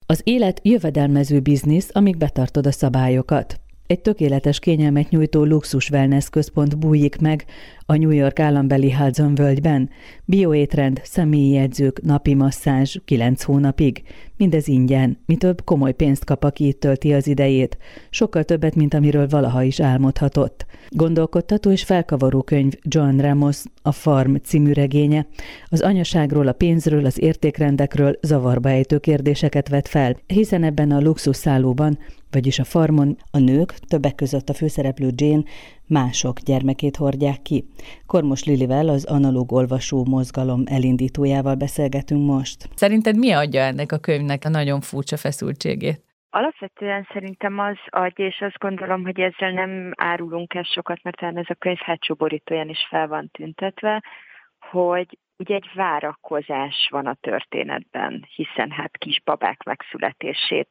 Az élet jövedelmező biznisz, amíg betartod a szabályokat. Egy tökéletes kényelmet nyújtó luxus wellness központ bújik meg a New York állambeli Hudson völgyben. Bioétrend, személyi edzők, napi masszázs 9 hónapig. Mindez ingyen, mi több komoly pénzt kap, aki itt tölti az idejét. Sokkal többet, mint amiről valaha is álmodhatott. Gondolkodtató és felkavaró könyv Joan Ramos, a Farm című regénye. Az anyaságról, a pénzről, az értékrendekről zavarba ejtő kérdéseket vet fel, hiszen ebben a luxusszállóban, vagyis a farmon a nők, többek között a főszereplő Jane, mások gyermekét hordják ki. Kormos Lilivel, az Analóg Olvasó Mozgalom elindítójával beszélgetünk most. Szerinted mi adja ennek a könyvnek a nagyon furcsa feszültségét? Alapvetően szerintem az adja, és azt gondolom, hogy ezzel nem árulunk el sokat, mert talán ez a könyv hátsó borítóján is fel van tüntetve, hogy ugye egy várakozás van a történetben, hiszen hát kisbabák megszületését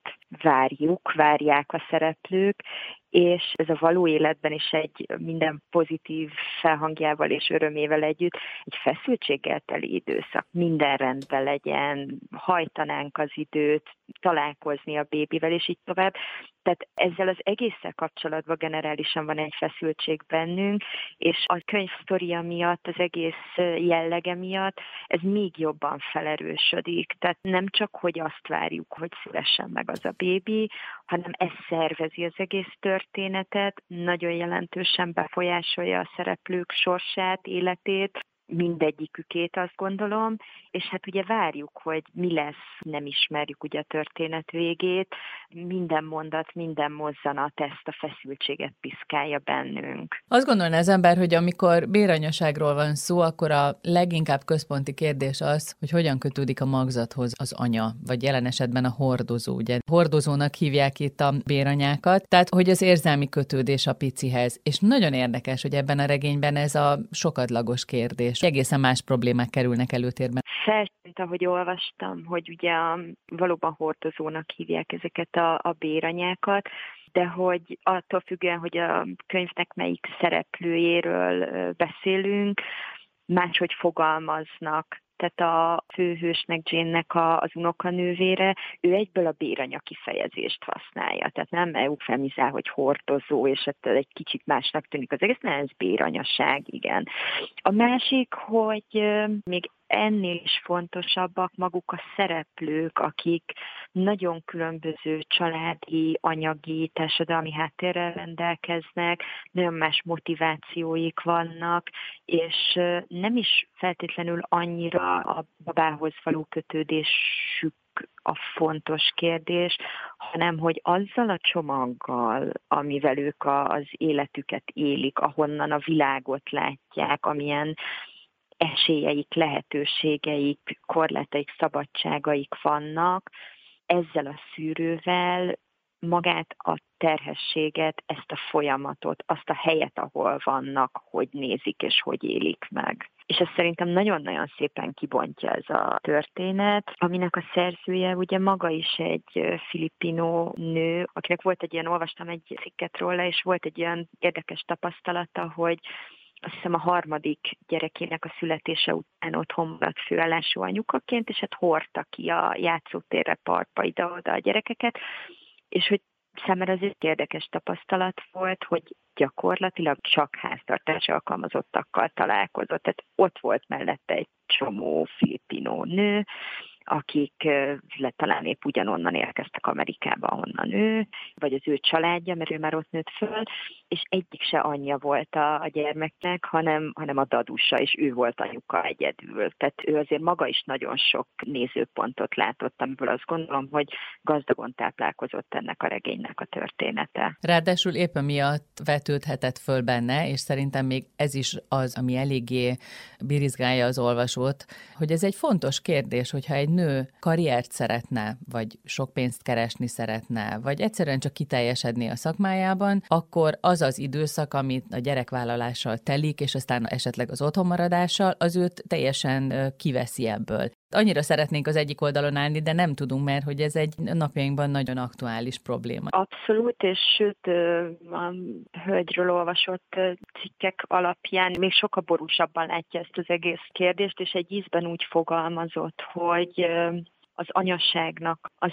várják a szereplők, és ez a való életben is egy minden pozitív felhangjával és örömével együtt egy feszültséggel teli időszak. Minden rendben legyen, hajtanánk az időt, találkozni a bébivel, és így tovább. Tehát ezzel az egésszel kapcsolatban generálisan van egy feszültség bennünk, és a könyv sztoria miatt, az egész jellege miatt ez még jobban felerősödik. Tehát nem csak, hogy azt várjuk, hogy szülessen meg az a bébi, hanem ez szervezi az egész történetet, nagyon jelentősen befolyásolja a szereplők sorsát, életét, mindegyikükét, azt gondolom, és hát ugye várjuk, hogy mi lesz, nem ismerjük ugye a történet végét, minden mondat, minden mozzanat ezt a feszültséget piszkálja bennünk. Azt gondolná az ember, hogy amikor béranyaságról van szó, akkor a leginkább központi kérdés az, hogy hogyan kötődik a magzathoz az anya, vagy jelen esetben a hordozó. Ugye hordozónak hívják itt a béranyákat, tehát hogy az érzelmi kötődés a picihez. És nagyon érdekes, hogy ebben a regényben ez a sokadlagos kérdés. Egészen más problémák kerülnek előtérben. Feltűnt, ahogy olvastam, hogy ugye valóban hordozónak hívják ezeket a béranyákat, de hogy attól függően, hogy a könyvnek melyik szereplőjéről beszélünk, máshogy fogalmaznak. Tehát a főhősnek, Jane-nek az unokanővére, ő egyből a béranya kifejezést használja. Tehát nem eufemizál, hogy hordozó, és egy kicsit másnak tűnik az egész, nem, ez béranyaság, igen. A másik, hogy még ennél is fontosabbak maguk a szereplők, akik nagyon különböző családi, anyagi, társadalmi háttérrel rendelkeznek, nagyon más motivációik vannak, és nem is feltétlenül annyira a babához való kötődésük a fontos kérdés, hanem hogy azzal a csomaggal, amivel ők az életüket élik, ahonnan a világot látják, amilyen esélyeik, lehetőségeik, korlátaik, szabadságaik vannak, ezzel a szűrővel magát a terhességet, ezt a folyamatot, azt a helyet, ahol vannak, hogy nézik és hogy élik meg. És ez szerintem nagyon-nagyon szépen kibontja ez a történet, aminek a szerzője ugye maga is egy filipino nő, akinek volt egy ilyen, olvastam egy cikket róla, és volt egy olyan érdekes tapasztalata, hogy azt hiszem a harmadik gyerekének a születése után otthon maradt főállású anyukaként, és hát hordta ki a játszótérre, parkba ide-oda a gyerekeket, és hogy számára az egy érdekes tapasztalat volt, hogy gyakorlatilag csak háztartási alkalmazottakkal találkozott. Tehát ott volt mellette egy csomó filipino nő, akik talán épp ugyanonnan érkeztek Amerikába, ahonnan ő, vagy az ő családja, mert ő már ott nőtt föl, és egyik se anyja volt a gyermeknek, hanem a dadusa, és ő volt anyuka egyedül. Tehát ő azért maga is nagyon sok nézőpontot látott, amiből azt gondolom, hogy gazdagon táplálkozott ennek a regénynek a története. Ráadásul éppen miatt vetődhetett föl benne, és szerintem még ez is az, ami eléggé birizgálja az olvasót, hogy ez egy fontos kérdés, hogyha egy nő karriert szeretne, vagy sok pénzt keresni szeretne, vagy egyszerűen csak kiteljesedni a szakmájában, akkor az az időszak, amit a gyerekvállalással telik, és aztán esetleg az otthonmaradással, az őt teljesen kiveszi ebből. Annyira szeretnénk az egyik oldalon állni, de nem tudunk, mert hogy ez egy napjainkban nagyon aktuális probléma. Abszolút, és sőt, a hölgyről olvasott cikkek alapján még sokkal borúsabban látja ezt az egész kérdést, és egy ízben úgy fogalmazott, hogy az anyaságnak az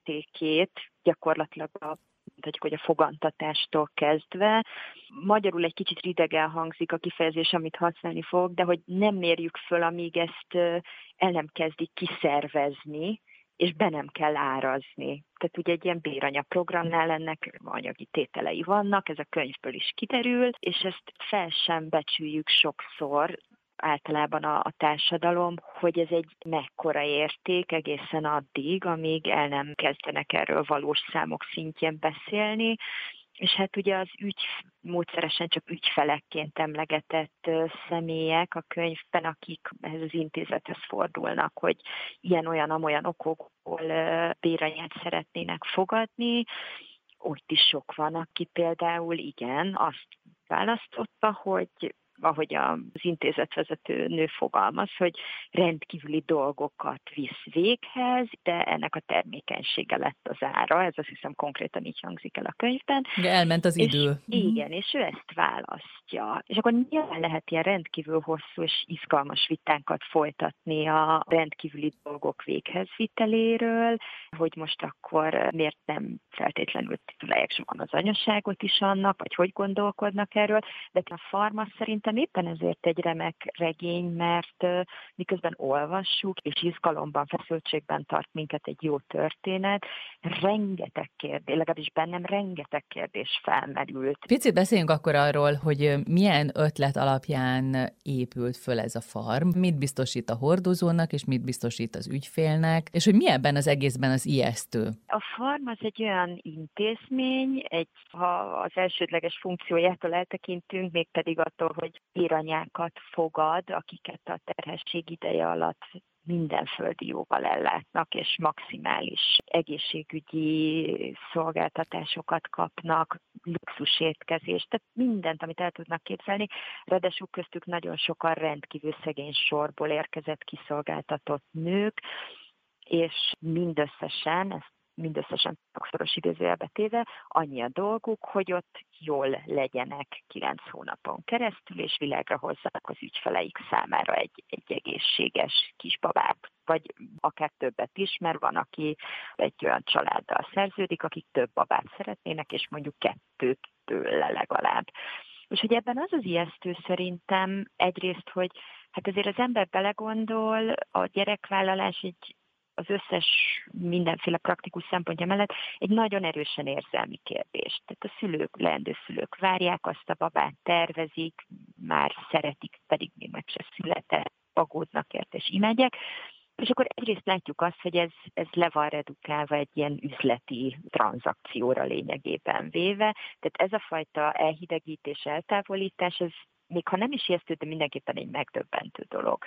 értékét gyakorlatilag mondhatjuk, hogy a fogantatástól kezdve. Magyarul egy kicsit ridegen hangzik a kifejezés, amit használni fogok, de hogy nem mérjük föl, amíg ezt el nem kezdik kiszervezni, és be nem kell árazni. Tehát ugye egy ilyen béranyaprogramnál ennek anyagi tételei vannak, ez a könyvből is kiderül, és ezt fel sem becsüljük sokszor, általában a társadalom, hogy ez egy mekkora érték egészen addig, amíg el nem kezdenek erről valós számok szintjén beszélni, és hát ugye az módszeresen csak ügyfelekként emlegetett személyek a könyvben, akik ehhez az intézethez fordulnak, hogy ilyen-olyan-amolyan okokból béranyát szeretnének fogadni. Ott is sok van, aki például igen, azt választotta, hogy ahogy az intézetvezető nő fogalmaz, hogy rendkívüli dolgokat visz véghez, de ennek a termékenysége lett az ára, ez azt hiszem konkrétan így hangzik el a könyvben. De elment az idő. Igen, és ő ezt választja. És akkor nyilván lehet ilyen rendkívül hosszú és izgalmas vitákat folytatni a rendkívüli dolgok véghezviteléről, hogy most akkor miért nem feltétlenül titulálják sokan az anyaságot is annak, vagy hogy gondolkodnak erről, de a Farma szerintem éppen ezért egy remek regény, mert miközben olvassuk, és izgalomban, feszültségben tart minket egy jó történet, rengeteg kérdés, legalábbis bennem rengeteg kérdés felmerült. Picit beszéljünk akkor arról, hogy milyen ötlet alapján épült föl ez a farm, mit biztosít a hordozónak, és mit biztosít az ügyfélnek, és hogy mi ebben az egészben az ijesztő? A farm az egy olyan intézmény, ha az elsődleges funkciójától eltekintünk, mégpedig attól, hogy béranyákat fogad, akiket a terhesség ideje alatt minden földi jóval ellátnak, és maximális egészségügyi szolgáltatásokat kapnak, luxus étkezést, tehát mindent, amit el tudnak képzelni. Ráadásul köztük nagyon sokan rendkívül szegény sorból érkezett kiszolgáltatott nők, és mindösszesen szoros idézőjelbe téve, annyi a dolguk, hogy ott jól legyenek 9 hónapon keresztül, és világra hozzák az ügyfeleik számára egy egészséges kisbabát, vagy akár többet is, mert van, aki egy olyan családdal szerződik, akik több babát szeretnének, és mondjuk 2 tőle legalább. És hogy ebben az az ijesztő szerintem egyrészt, hogy hát azért az ember belegondol, a gyerekvállalás az összes mindenféle praktikus szempontja mellett egy nagyon erősen érzelmi kérdés. Tehát a leendő szülők várják azt a babát, tervezik, már szeretik, pedig még meg se született, aggódnak ért és imádják. És akkor egyrészt látjuk azt, hogy ez le van redukálva egy ilyen üzleti tranzakcióra lényegében véve. Tehát ez a fajta elhidegítés, eltávolítás, ez még ha nem is ijesztő, de mindenképpen egy megdöbbentő dolog.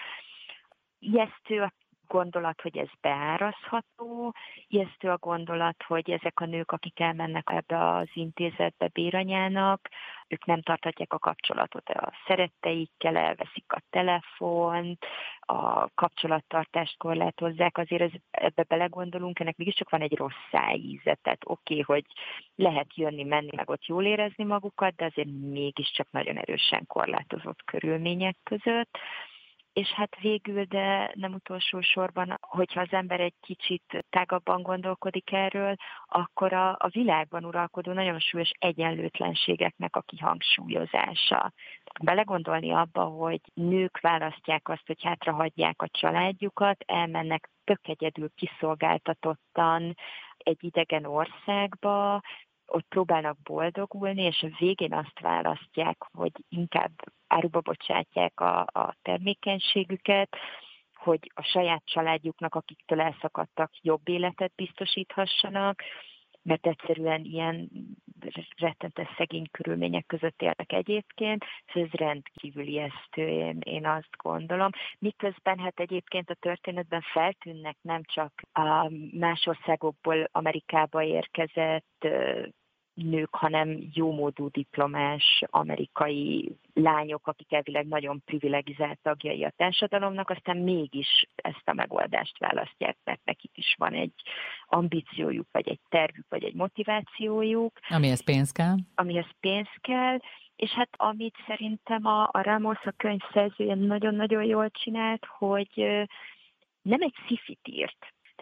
Ijesztő a gondolat, hogy ez beárazható, ijesztő a gondolat, hogy ezek a nők, akik elmennek ebbe az intézetbe béranyának, ők nem tarthatják a kapcsolatot a szeretteikkel, elveszik a telefont, a kapcsolattartást korlátozzák, azért ebbe belegondolunk, ennek mégiscsak van egy rossz szájíze, tehát oké, hogy lehet jönni, menni, meg ott jól érezni magukat, de azért mégiscsak nagyon erősen korlátozott körülmények között. És hát végül, de nem utolsó sorban, hogyha az ember egy kicsit tágabban gondolkodik erről, akkor a világban uralkodó nagyon súlyos egyenlőtlenségeknek a kihangsúlyozása. Belegondolni abba, hogy nők választják azt, hogy hátrahagyják a családjukat, elmennek tök egyedül kiszolgáltatottan egy idegen országba, ott próbálnak boldogulni, és a végén azt választják, hogy inkább áruba bocsátják a termékenységüket, hogy a saját családjuknak, akiktől elszakadtak, jobb életet biztosíthassanak, mert egyszerűen ilyen rettenetes szegény körülmények között élnek egyébként, ez rendkívül ijesztő, én azt gondolom. Miközben hát egyébként a történetben feltűnnek nem csak a más országokból Amerikába érkezett nők, hanem jómódú diplomás amerikai lányok, akik elvileg nagyon privilegizált tagjai a társadalomnak, aztán mégis ezt a megoldást választják, mert nekik is van egy ambíciójuk, vagy egy tervük, vagy egy motivációjuk. Amihez pénz kell. Amihez pénz kell, és hát amit szerintem a Ramos, a könyv szerzője nagyon-nagyon jól csinált, hogy nem egy szifit írt.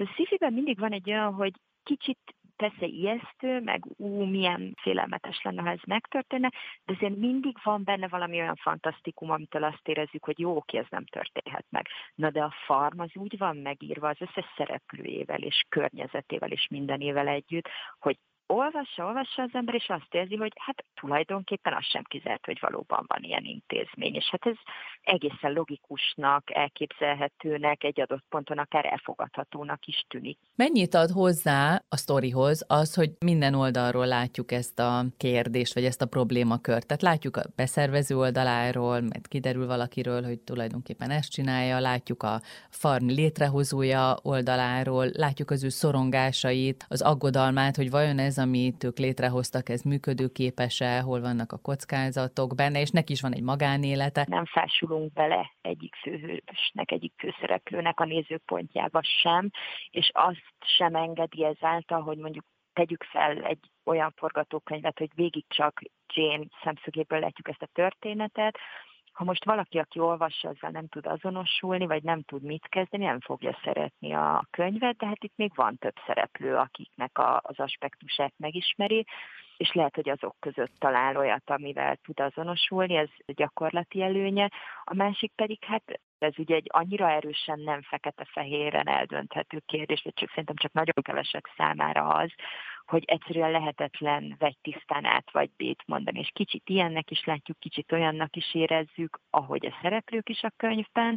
A sci-fiben mindig van egy olyan, hogy kicsit persze ijesztő, meg milyen félelmetes lenne, ha ez megtörténne, de azért mindig van benne valami olyan fantasztikum, amitől azt érezzük, hogy jó, oké, ez nem történhet meg. Na de a farm az úgy van megírva az összes szereplőjével és környezetével és mindenével együtt, hogy olvassa az ember, és azt érzi, hogy hát tulajdonképpen az sem kizárt, hogy valóban van ilyen intézmény. És hát ez egészen logikusnak, elképzelhetőnek, egy adott ponton akár elfogadhatónak is tűnik. Mennyit ad hozzá a sztorihoz az, hogy minden oldalról látjuk ezt a kérdést, vagy ezt a problémakört? Tehát látjuk a beszervező oldaláról, mert kiderül valakiről, hogy tulajdonképpen ezt csinálja, látjuk a farm létrehozója oldaláról, látjuk az ő szorongásait, az aggodalmát, hogy vajon ez, amit ők létrehoztak, ez működőképes-e, hol vannak a kockázatok benne, és neki is van egy magánélete. Nem fásulunk bele egyik főhősnek, egyik főszereplőnek a nézőpontjába sem, és azt sem engedi ezáltal, hogy mondjuk tegyük fel egy olyan forgatókönyvet, hogy végig csak Jane szemszögéből látjuk ezt a történetet. Ha most valaki, aki olvassa, azzal nem tud azonosulni, vagy nem tud mit kezdeni, nem fogja szeretni a könyvet, de hát itt még van több szereplő, akiknek az aspektusát megismeri, és lehet, hogy azok között talál olyat, amivel tud azonosulni, ez gyakorlati előnye. A másik pedig, hát ez ugye egy annyira erősen nem fekete-fehéren eldönthető kérdés, vagy szerintem csak nagyon kevesek számára az, hogy egyszerűen lehetetlen vegytisztán át vagy B-t mondani, és kicsit ilyennek is látjuk, kicsit olyannak is érezzük, ahogy a szereplők is a könyvben,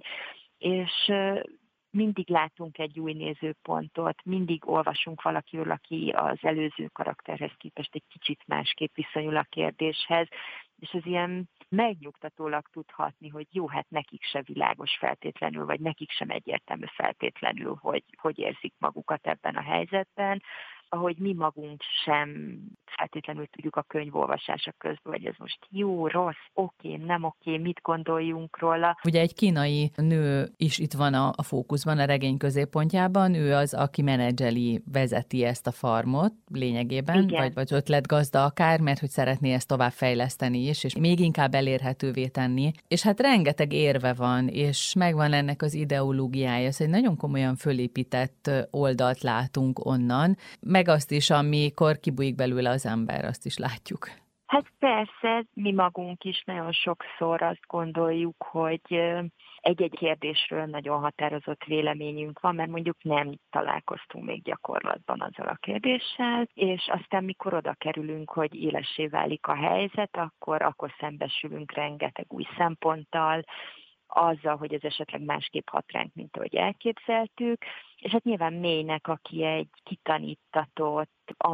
és mindig látunk egy új nézőpontot, mindig olvasunk valakiről, aki az előző karakterhez képest egy kicsit másképp viszonyul a kérdéshez, és ez ilyen megnyugtatólag tudhatni, hogy jó, hát nekik se világos feltétlenül, vagy nekik sem egyértelmű feltétlenül, hogy érzik magukat ebben a helyzetben, ahogy mi magunk sem feltétlenül tudjuk a könyvolvasása közben, hogy ez most jó, rossz, oké, nem oké, mit gondoljunk róla. Ugye egy kínai nő is itt van a fókuszban, a regény középpontjában, ő az, aki menedzseli, vezeti ezt a farmot lényegében, vagy ötletgazda akár, mert hogy szeretné ezt tovább fejleszteni is, és még inkább elérhetővé tenni. És hát rengeteg érve van, és megvan ennek az ideológiája, ez egy nagyon komolyan fölépített oldalt látunk onnan, meg azt is, amikor kibújik belőle az ember, azt is látjuk. Hát persze, mi magunk is nagyon sokszor azt gondoljuk, hogy egy-egy kérdésről nagyon határozott véleményünk van, mert mondjuk nem találkoztunk még gyakorlatban azzal a kérdéssel, és aztán mikor oda kerülünk, hogy élessé válik a helyzet, akkor szembesülünk rengeteg új szemponttal, azzal, hogy ez esetleg másképp hat ránk, mint ahogy elképzeltük, és hát nyilván Maynek, aki egy kitanítatott,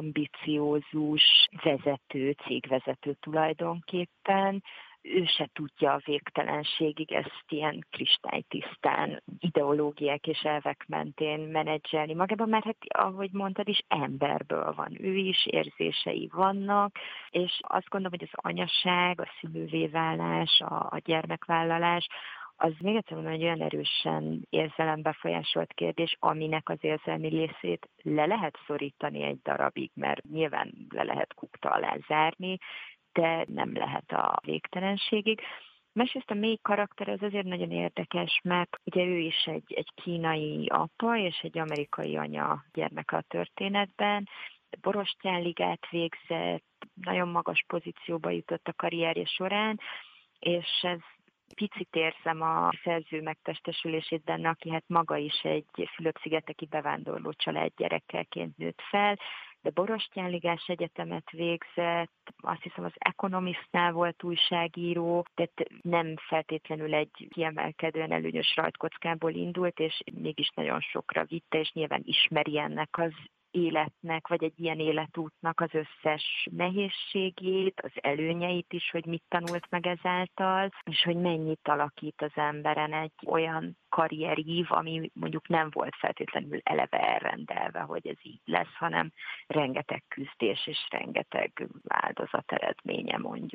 ambiciózus vezető, cégvezető tulajdonképpen, ő se tudja a végtelenségig ezt ilyen kristálytisztán ideológiák és elvek mentén menedzselni magában, mert hát, ahogy mondtad is, emberből van ő is, érzései vannak, és azt gondolom, hogy az anyaság, a szülővé válás, a gyermekvállalás, az még egyszer mondom, hogy olyan erősen érzelembefolyásolt kérdés, aminek az érzelmi részét le lehet szorítani egy darabig, mert nyilván le lehet kukta alá zárni, de nem lehet a végtelenségig. Másrészt a May karakter az azért nagyon érdekes, mert ugye ő is egy kínai apa és egy amerikai anya gyermeke a történetben, borostyánligát végzett, nagyon magas pozícióba jutott a karrierje során, és ez picit érzem a szerző megtestesülését benne, aki hát maga is egy Fülöp-szigeteki bevándorló család gyerekeként nőtt fel, de borostyánligás egyetemet végzett, azt hiszem az Economistnál volt újságíró, tehát nem feltétlenül egy kiemelkedően előnyös rajtkockából indult, és mégis nagyon sokra vitte, és nyilván ismeri ennek az életnek, vagy egy ilyen életútnak az összes nehézségét, az előnyeit is, hogy mit tanult meg ezáltal, és hogy mennyit alakít az emberen egy olyan karrierív, ami mondjuk nem volt feltétlenül eleve elrendelve, hogy ez így lesz, hanem rengeteg küzdés és rengeteg áldozat eredménye mondjuk.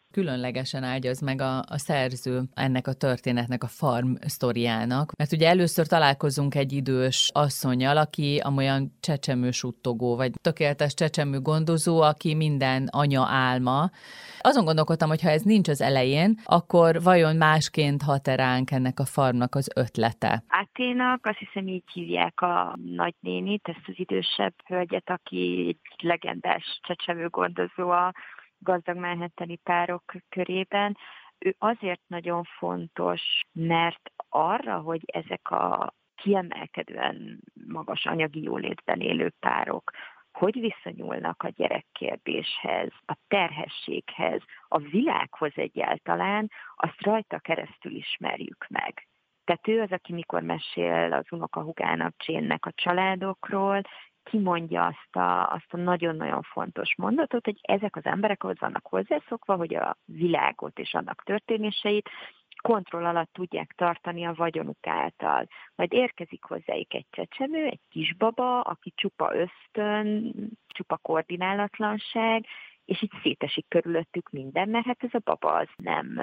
Különlegesen ágyaz meg a szerző ennek a történetnek, a farm sztoriának, mert ugye először találkozunk egy idős asszonnyal, aki amolyan csecsemő suttogó, vagy tökéletes csecsemő gondozó, aki minden anya álma. Azon gondolkodtam, hogy ha ez nincs az elején, akkor vajon másként hat ránk ennek a farmnak az ötlete? Áténak, azt hiszem így hívják a nagynénit, ezt az idősebb hölgyet, aki egy legendás csecsemő gondozó a gazdag manhattani párok körében. Ő azért nagyon fontos, mert arra, hogy ezek a kiemelkedően magas anyagi jólétben élő párok hogy viszonyulnak a gyerekkérdéshez, a terhességhez, a világhoz egyáltalán, azt rajta keresztül ismerjük meg. Tehát ő az, aki mikor mesél az unokahúgának, Jane-nek a családokról, kimondja azt a nagyon-nagyon fontos mondatot, hogy ezek az emberek ahhoz vannak hozzászokva, hogy a világot és annak történéseit kontroll alatt tudják tartani a vagyonuk által. Majd érkezik hozzájuk egy csecsemő, egy kisbaba, aki csupa ösztön, csupa koordinálatlanság, és így szétesik körülöttük minden, mert hát ez a baba az nem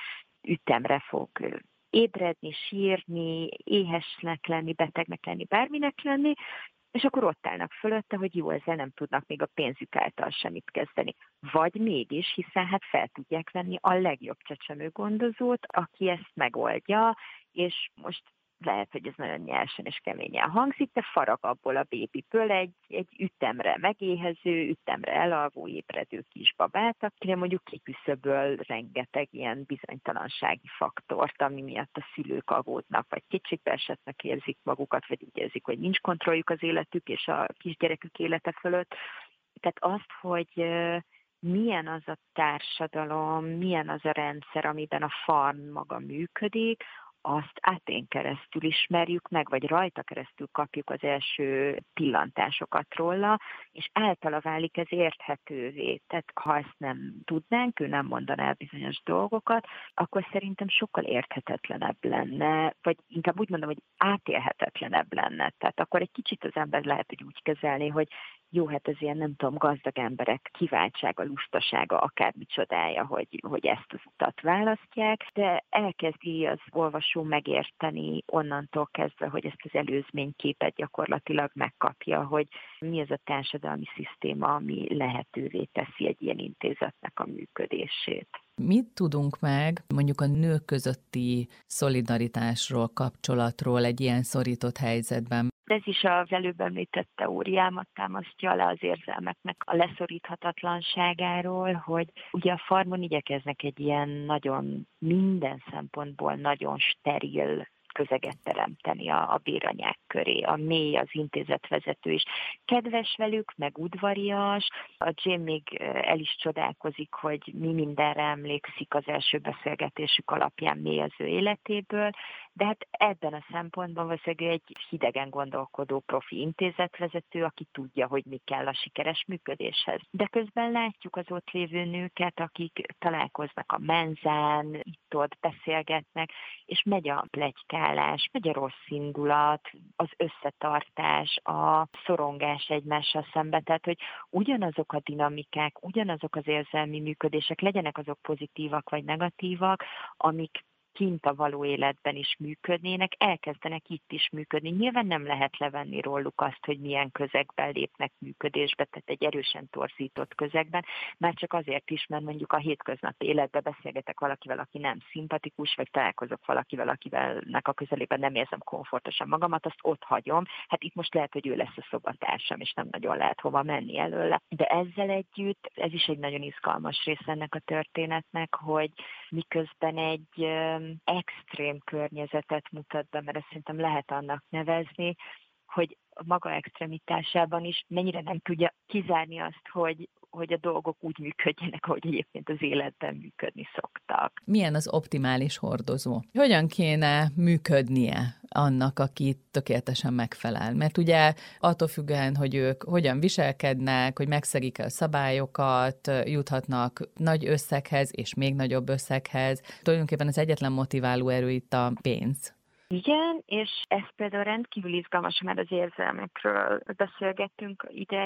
ütemre fog ébredni, sírni, éhesnek lenni, betegnek lenni, bárminek lenni, és akkor ott állnak fölötte, hogy jó, ezzel nem tudnak még a pénzük által semmit kezdeni. Vagy mégis, hiszen hát fel tudják venni a legjobb csecsemőgondozót, aki ezt megoldja, és most lehet, hogy ez nagyon nyersen és keményen hangzik, de farag abból a bébiből egy ütemre megéhező, ütemre elalvó, ébredő kisbabát, akire mondjuk kiküszöböl rengeteg ilyen bizonytalansági faktort, ami miatt a szülők aggódnak, vagy kétségbeesettnek érzik magukat, vagy úgy érzik, hogy nincs kontrolljuk az életük és a kisgyerekük élete fölött. Tehát azt, hogy milyen az a társadalom, milyen az a rendszer, amiben a farm maga működik, azt átén keresztül ismerjük meg, vagy rajta keresztül kapjuk az első pillantásokat róla, és általa válik ez érthetővé. Tehát ha ezt nem tudnánk, ő nem mondaná el bizonyos dolgokat, akkor szerintem sokkal érthetetlenebb lenne, vagy inkább úgy mondom, hogy átélhetetlenebb lenne. Tehát akkor egy kicsit az ember lehet, hogy úgy kezelni, hogy jó, hát ez ilyen, nem tudom, gazdag emberek kiváltsága, lustasága, akármi csodája, hogy ezt az utat választják, de elkezdi az olvasó megérteni onnantól kezdve, hogy ezt az előzményképet gyakorlatilag megkapja, hogy mi az a társadalmi szisztéma, ami lehetővé teszi egy ilyen intézetnek a működését. Mit tudunk meg mondjuk a nők közötti szolidaritásról, kapcsolatról egy ilyen szorított helyzetben? Ez is az előbb említett teóriámat támasztja le az érzelmeknek a leszoríthatatlanságáról, hogy ugye a farmon igyekeznek egy ilyen nagyon, minden szempontból nagyon steril közeget teremteni a béranyák köré. A mély, az intézetvezető is kedves velük, meg udvarias. A Jane még el is csodálkozik, hogy mi mindenre emlékszik az első beszélgetésük alapján mély az ő életéből, de hát ebben a szempontban valószínűleg egy hidegen gondolkodó profi intézetvezető, aki tudja, hogy mi kell a sikeres működéshez. De közben látjuk az ott lévő nőket, akik találkoznak a menzán, itt-ott beszélgetnek, és megy a pletykálás, megy a rossz indulat, az összetartás, a szorongás egymással szembe, tehát hogy ugyanazok a dinamikák, ugyanazok az érzelmi működések, legyenek azok pozitívak vagy negatívak, amik kint a való életben is működnének, elkezdenek itt is működni. Nyilván nem lehet levenni róluk azt, hogy milyen közegben lépnek működésbe, tehát egy erősen torzított közegben, már csak azért is, mert mondjuk a hétköznapi életben beszélgetek valakivel, aki nem szimpatikus, vagy találkozok valakivel, akivelnek a közelében nem érzem komfortosan magamat, azt ott hagyom. Hát itt most lehet, hogy ő lesz a szobatársam, és nem nagyon lehet hova menni előle. De ezzel együtt, ez is egy nagyon izgalmas része ennek a történetnek, hogy miközben egy extrém környezetet mutat be, mert ezt szerintem lehet annak nevezni, hogy maga extremitásában is mennyire nem tudja kizárni azt, hogy a dolgok úgy működjenek, ahogy egyébként az életben működni szoktak. Milyen az optimális hordozó? Hogyan kéne működnie annak, aki tökéletesen megfelel? Mert ugye attól függően, hogy ők hogyan viselkednek, hogy megszegik a szabályokat, juthatnak nagy összeghez és még nagyobb összeghez. Tulajdonképpen az egyetlen motiváló erő itt a pénz. Igen, és ez például rendkívül izgalmas, mert az érzelmekről beszélgettünk ideig.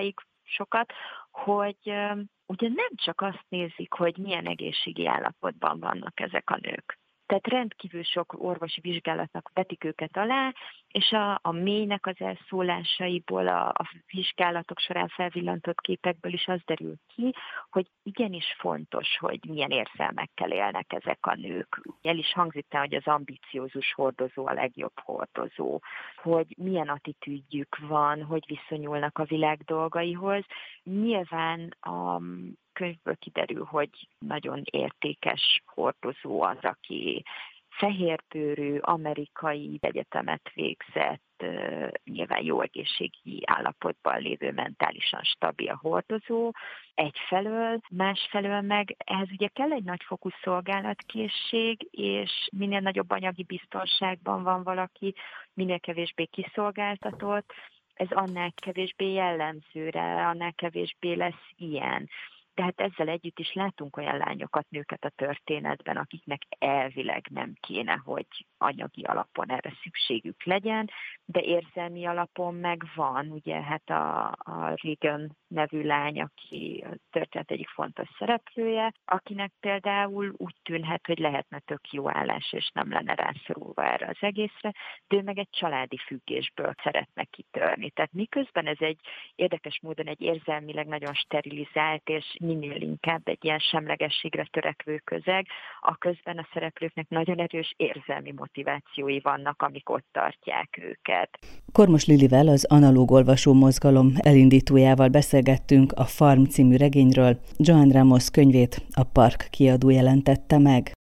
sokat, hogy ugye nem csak azt nézik, hogy milyen egészségi állapotban vannak ezek a nők. Tehát rendkívül sok orvosi vizsgálatnak vetik őket alá, és a mélynek az elszólásaiból, a vizsgálatok során felvillantott képekből is az derül ki, hogy igenis fontos, hogy milyen érzelmekkel élnek ezek a nők. El is hangzik, hogy az ambiciózus hordozó a legjobb hordozó, hogy milyen attitűdjük van, hogy viszonyulnak a világ dolgaihoz. Nyilván a könyvből kiderül, hogy nagyon értékes hordozó az, aki fehérbőrű, amerikai egyetemet végzett, nyilván jó egészségi állapotban lévő, mentálisan stabil hordozó egyfelől, másfelől meg ehhez ugye kell egy nagyfokú szolgálatkészség, és minél nagyobb anyagi biztonságban van valaki, minél kevésbé kiszolgáltatott, ez annál kevésbé jellemző rá, annál kevésbé lesz ilyen. Tehát ezzel együtt is látunk olyan lányokat, nőket a történetben, akiknek elvileg nem kéne, hogy anyagi alapon erre szükségük legyen, de érzelmi alapon meg van. Ugye hát a Regan nevű lány, aki a történet egyik fontos szereplője, akinek például úgy tűnhet, hogy lehetne tök jó állás, és nem lenne rászorulva erre az egészre, de ő meg egy családi függésből szeretne kitörni. Tehát miközben ez egy érdekes módon egy érzelmileg nagyon sterilizált, és minél inkább egy ilyen semlegességre törekvő közeg, a közben a szereplőknek nagyon erős érzelmi motivációi vannak, amik ott tartják őket. Kormos Lilivel, az Analóg Olvasó Mozgalom elindítójával beszélgettünk a Farm című regényről. Joan Ramos könyvét a Park kiadó jelentette meg.